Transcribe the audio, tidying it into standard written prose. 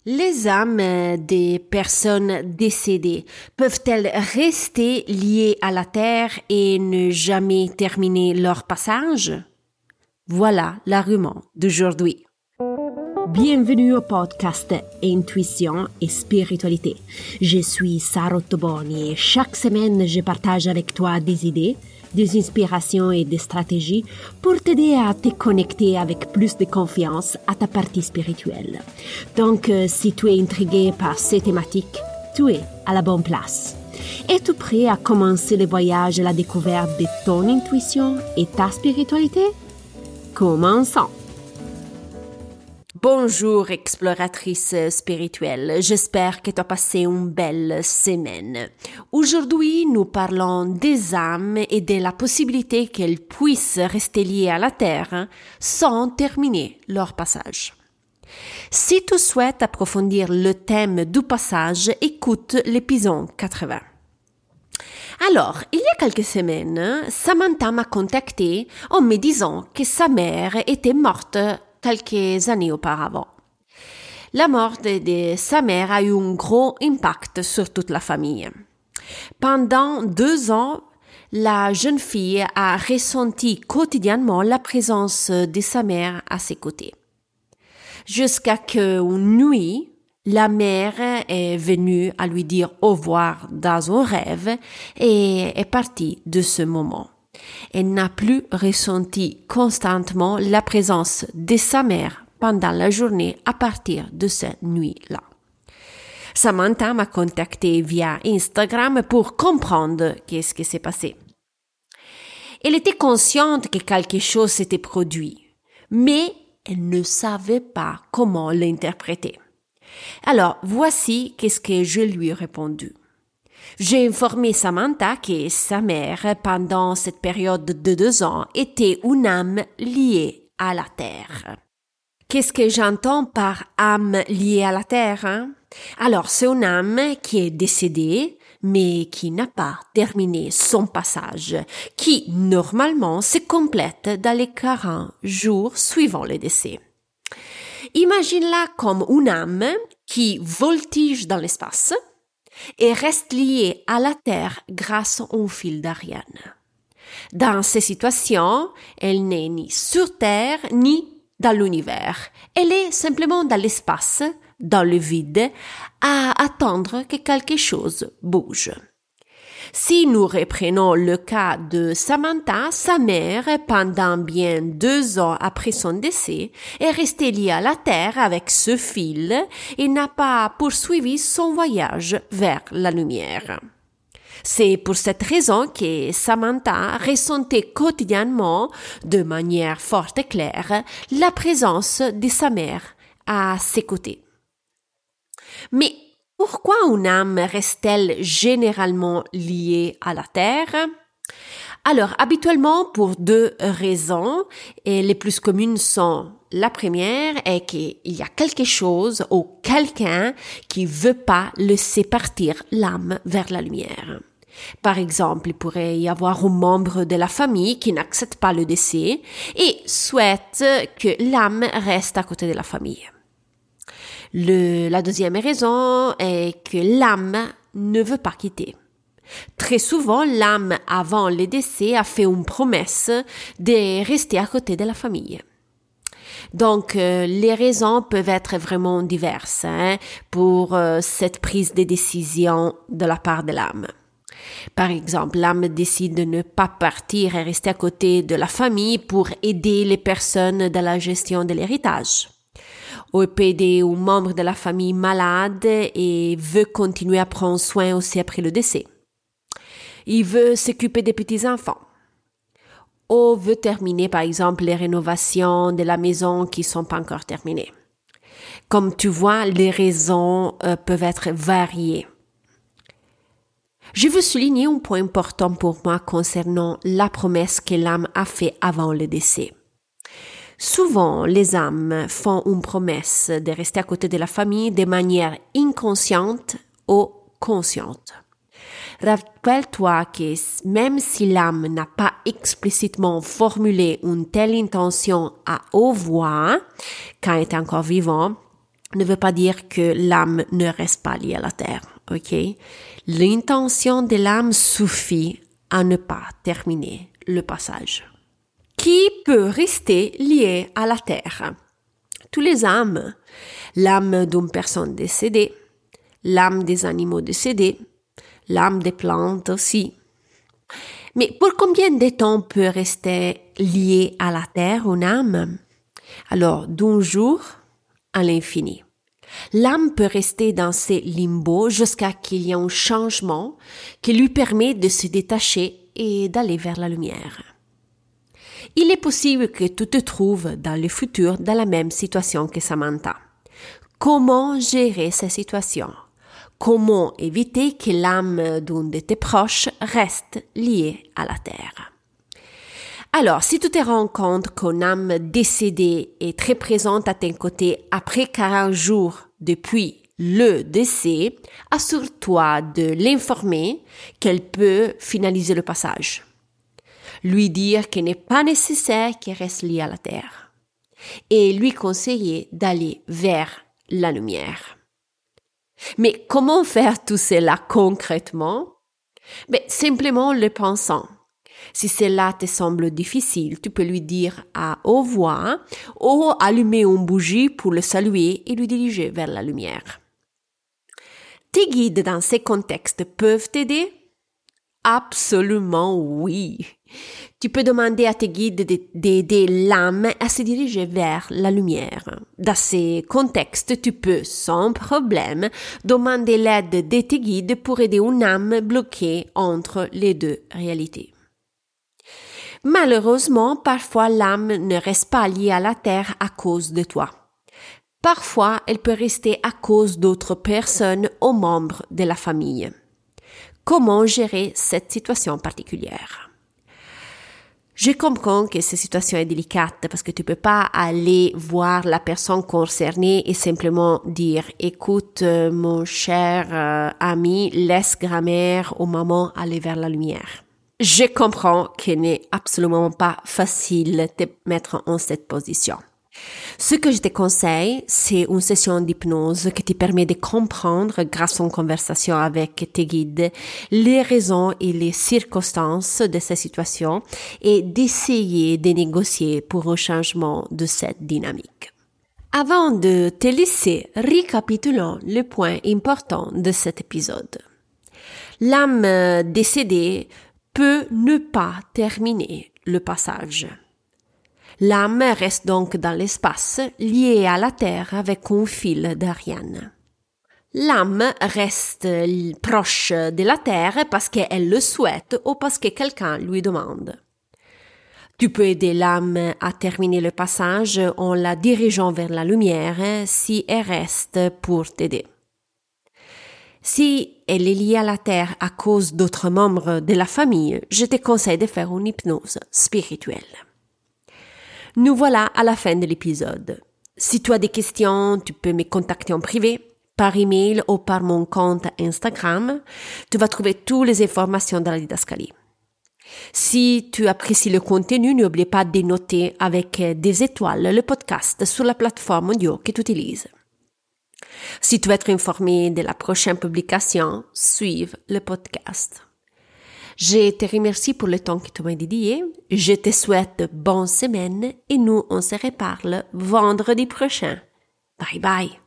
Les âmes des personnes décédées peuvent-elles rester liées à la terre et ne jamais terminer leur passage? Voilà l'argument d'aujourd'hui. Bienvenue au podcast Intuition et Spiritualité. Je suis Sarah Ottoboni et chaque semaine je partage avec toi des idées, des inspirations et des stratégies pour t'aider à te connecter avec plus de confiance à ta partie spirituelle. Donc, si tu es intrigué par ces thématiques, tu es à la bonne place. Es-tu prêt à commencer le voyage à la découverte de ton intuition et ta spiritualité? Commençons! Bonjour exploratrice spirituelle, j'espère que tu as passé une belle semaine. Aujourd'hui, nous parlons des âmes et de la possibilité qu'elles puissent rester liées à la Terre sans terminer leur passage. Si tu souhaites approfondir le thème du passage, écoute l'épisode 80. Alors, il y a quelques semaines, Samantha m'a contactée en me disant que sa mère était morte quelques années auparavant. La mort de sa mère a eu un gros impact sur toute la famille. Pendant 2 ans, la jeune fille a ressenti quotidiennement la présence de sa mère à ses côtés. Jusqu'à qu'une nuit, la mère est venue à lui dire au revoir dans un rêve et est partie de ce moment. Elle n'a plus ressenti constamment la présence de sa mère pendant la journée à partir de cette nuit-là. Samantha m'a contacté via Instagram pour comprendre qu'est-ce qui s'est passé. Elle était consciente que quelque chose s'était produit, mais elle ne savait pas comment l'interpréter. Alors, voici qu'est-ce que je lui ai répondu. J'ai informé Samantha que sa mère, pendant cette période de 2 ans, était une âme liée à la terre. Qu'est-ce que j'entends par âme liée à la terre? Alors, c'est une âme qui est décédée, mais qui n'a pas terminé son passage, qui, normalement, se complète dans les 40 jours suivant le décès. Imagine-la comme une âme qui voltige dans l'espace et reste liée à la Terre grâce à un fil d'Ariane. Dans ces situations, elle n'est ni sur Terre ni dans l'univers. Elle est simplement dans l'espace, dans le vide, à attendre que quelque chose bouge. Si nous reprenons le cas de Samantha, sa mère, pendant bien 2 ans après son décès, est restée liée à la Terre avec ce fil et n'a pas poursuivi son voyage vers la lumière. C'est pour cette raison que Samantha ressentait quotidiennement, de manière forte et claire, la présence de sa mère à ses côtés. Mais pourquoi une âme reste-t-elle généralement liée à la Terre? Alors, habituellement, pour 2 raisons, et les plus communes sont: la première est qu'il y a quelque chose ou quelqu'un qui veut pas laisser partir l'âme vers la lumière. Par exemple, il pourrait y avoir un membre de la famille qui n'accepte pas le décès et souhaite que l'âme reste à côté de la famille. La deuxième raison est que l'âme ne veut pas quitter. Très souvent, l'âme, avant le décès, a fait une promesse de rester à côté de la famille. Donc, les raisons peuvent être vraiment diverses pour cette prise de décision de la part de l'âme. Par exemple, l'âme décide de ne pas partir et rester à côté de la famille pour aider les personnes dans la gestion de l'héritage. Ou peut aider un membre de la famille malade et veut continuer à prendre soin aussi après le décès. Il veut s'occuper des petits-enfants. Ou veut terminer, par exemple, les rénovations de la maison qui ne sont pas encore terminées. Comme tu vois, les raisons peuvent être variées. Je veux souligner un point important pour moi concernant la promesse que l'âme a faite avant le décès. Souvent, les âmes font une promesse de rester à côté de la famille de manière inconsciente ou consciente. Rappelle-toi que même si l'âme n'a pas explicitement formulé une telle intention à haute voix quand elle était encore vivant, ne veut pas dire que l'âme ne reste pas liée à la terre, ok? L'intention de l'âme suffit à ne pas terminer le passage. Qui peut rester lié à la terre? Tous les âmes. L'âme d'une personne décédée, l'âme des animaux décédés, l'âme des plantes aussi. Mais pour combien de temps peut rester lié à la terre une âme? Alors, d'un jour à l'infini. L'âme peut rester dans ces limbos jusqu'à qu'il y ait un changement qui lui permet de se détacher et d'aller vers la lumière. Il est possible que tu te trouves dans le futur dans la même situation que Samantha. Comment gérer cette situation? Comment éviter que l'âme d'un de tes proches reste liée à la terre? Alors, si tu te rends compte qu'une âme décédée est très présente à tes côtés après 40 jours depuis le décès, assure-toi de l'informer qu'elle peut finaliser le passage. Lui dire qu'il n'est pas nécessaire qu'elle reste liée à la terre et lui conseiller d'aller vers la lumière. Mais comment faire tout cela concrètement? Simplement le pensant. Si cela te semble difficile, tu peux lui dire au revoir ou allumer une bougie pour le saluer et lui diriger vers la lumière. Tes guides dans ces contextes peuvent t'aider? Absolument oui. Tu peux demander à tes guides d'aider l'âme à se diriger vers la lumière. Dans ces contextes, tu peux sans problème demander l'aide de tes guides pour aider une âme bloquée entre les deux réalités. Malheureusement, parfois l'âme ne reste pas liée à la terre à cause de toi. Parfois, elle peut rester à cause d'autres personnes ou membres de la famille. Comment gérer cette situation particulière? Je comprends que cette situation est délicate parce que tu peux pas aller voir la personne concernée et simplement dire « Écoute, mon cher ami, laisse grand-mère ou maman aller vers la lumière. » Je comprends qu'il n'est absolument pas facile de te mettre en cette position. Ce que je te conseille, c'est une session d'hypnose qui te permet de comprendre, grâce à une conversation avec tes guides, les raisons et les circonstances de cette situation et d'essayer de négocier pour un changement de cette dynamique. Avant de te laisser, récapitulons les points importants de cet épisode. L'âme décédée peut ne pas terminer le passage. L'âme reste donc dans l'espace, liée à la terre avec un fil d'Ariane. L'âme reste proche de la terre parce qu'elle le souhaite ou parce que quelqu'un lui demande. Tu peux aider l'âme à terminer le passage en la dirigeant vers la lumière si elle reste pour t'aider. Si elle est liée à la terre à cause d'autres membres de la famille, je te conseille de faire une hypnose spirituelle. Nous voilà à la fin de l'épisode. Si tu as des questions, tu peux me contacter en privé, par email ou par mon compte Instagram. Tu vas trouver toutes les informations dans la didascalie. Si tu apprécies le contenu, n'oublie pas de noter avec des étoiles le podcast sur la plateforme audio que tu utilises. Si tu veux être informé de la prochaine publication, suive le podcast. Je te remercie pour le temps que tu m'as dédié. Je te souhaite bonne semaine et nous, on se reparle vendredi prochain. Bye bye.